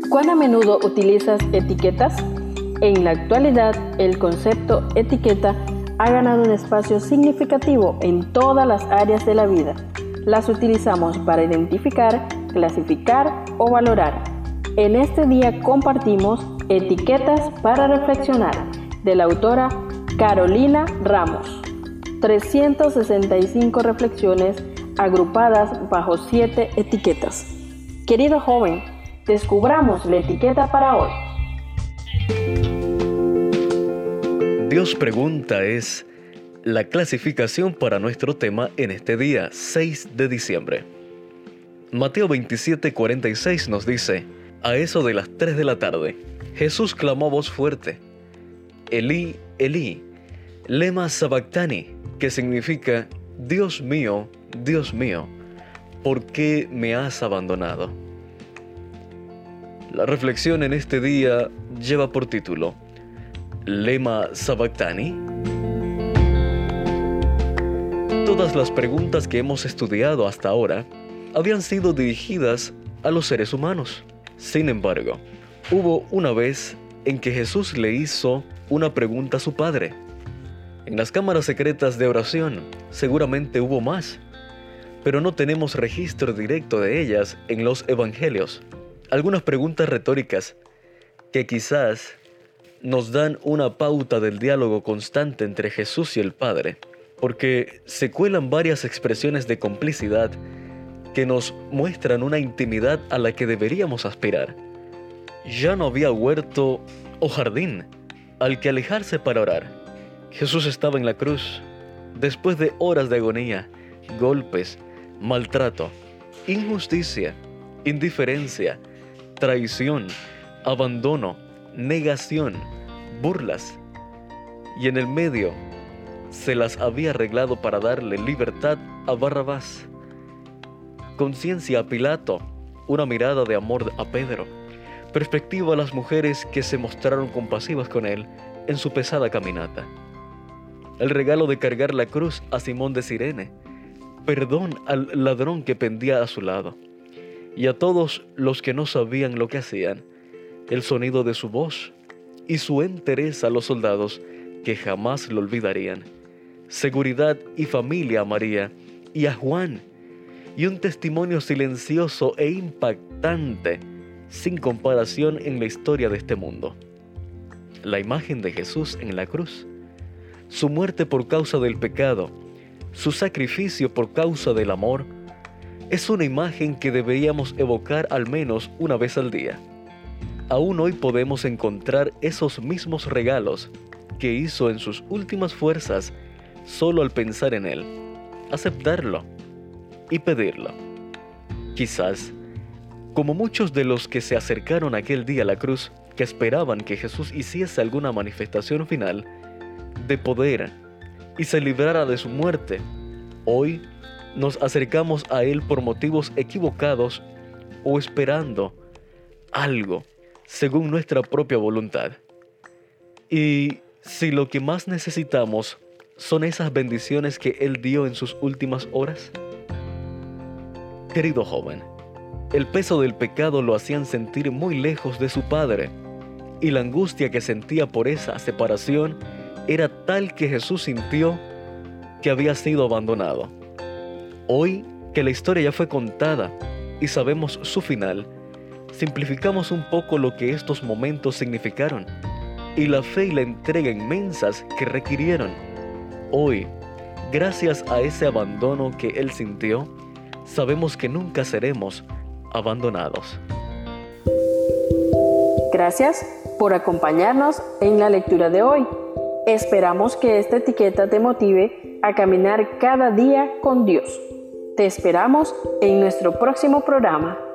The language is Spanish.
¿Cuán a menudo utilizas etiquetas? En la actualidad, el concepto etiqueta ha ganado un espacio significativo en todas las áreas de la vida. Las utilizamos para identificar, clasificar o valorar. En este día compartimos Etiquetas para reflexionar, de la autora Carolina Ramos. 365 reflexiones agrupadas bajo 7 etiquetas. Querido joven, descubramos la etiqueta para hoy. Dios pregunta es la clasificación para nuestro tema en este día, 6 de diciembre. Mateo 27:46 nos dice: a eso de las 3 de la tarde, Jesús clamó a voz fuerte: Elí, Elí, lema sabactani, que significa: Dios mío, ¿por qué me has abandonado? La reflexión en este día lleva por título: Lema sabactani. Todas las preguntas que hemos estudiado hasta ahora habían sido dirigidas a los seres humanos. Sin embargo, hubo una vez en que Jesús le hizo una pregunta a su Padre. En las cámaras secretas de oración seguramente hubo más, pero no tenemos registro directo de ellas en los evangelios. Algunas preguntas retóricas que quizás nos dan una pauta del diálogo constante entre Jesús y el Padre, porque se cuelan varias expresiones de complicidad que nos muestran una intimidad a la que deberíamos aspirar. Ya no había huerto o jardín al que alejarse para orar. Jesús estaba en la cruz, después de horas de agonía, golpes, maltrato, injusticia, indiferencia, traición, abandono, negación, burlas, y en el medio se las había arreglado para darle libertad a Barrabás, conciencia a Pilato, una mirada de amor a Pedro, perspectiva a las mujeres que se mostraron compasivas con él en su pesada caminata, el regalo de cargar la cruz a Simón de Cirene, perdón al ladrón que pendía a su lado, y a todos los que no sabían lo que hacían, el sonido de su voz y su entereza a los soldados que jamás lo olvidarían, seguridad y familia a María y a Juan, y un testimonio silencioso e impactante sin comparación en la historia de este mundo. La imagen de Jesús en la cruz, su muerte por causa del pecado, su sacrificio por causa del amor, es una imagen que deberíamos evocar al menos una vez al día. Aún hoy podemos encontrar esos mismos regalos que hizo en sus últimas fuerzas solo al pensar en Él, aceptarlo y pedirlo. Quizás, como muchos de los que se acercaron aquel día a la cruz, que esperaban que Jesús hiciese alguna manifestación final de poder y se librara de su muerte, hoy nos acercamos a Él por motivos equivocados o esperando algo según nuestra propia voluntad. Y si lo que más necesitamos son esas bendiciones que Él dio en sus últimas horas. Querido joven, el peso del pecado lo hacían sentir muy lejos de su Padre, y la angustia que sentía por esa separación era tal que Jesús sintió que había sido abandonado. Hoy que la historia ya fue contada y sabemos su final, simplificamos un poco lo que estos momentos significaron y la fe y la entrega inmensas que requirieron. Hoy, gracias a ese abandono que Él sintió, sabemos que nunca seremos abandonados. Gracias por acompañarnos en la lectura de hoy. Esperamos que esta etiqueta te motive a caminar cada día con Dios. Te esperamos en nuestro próximo programa.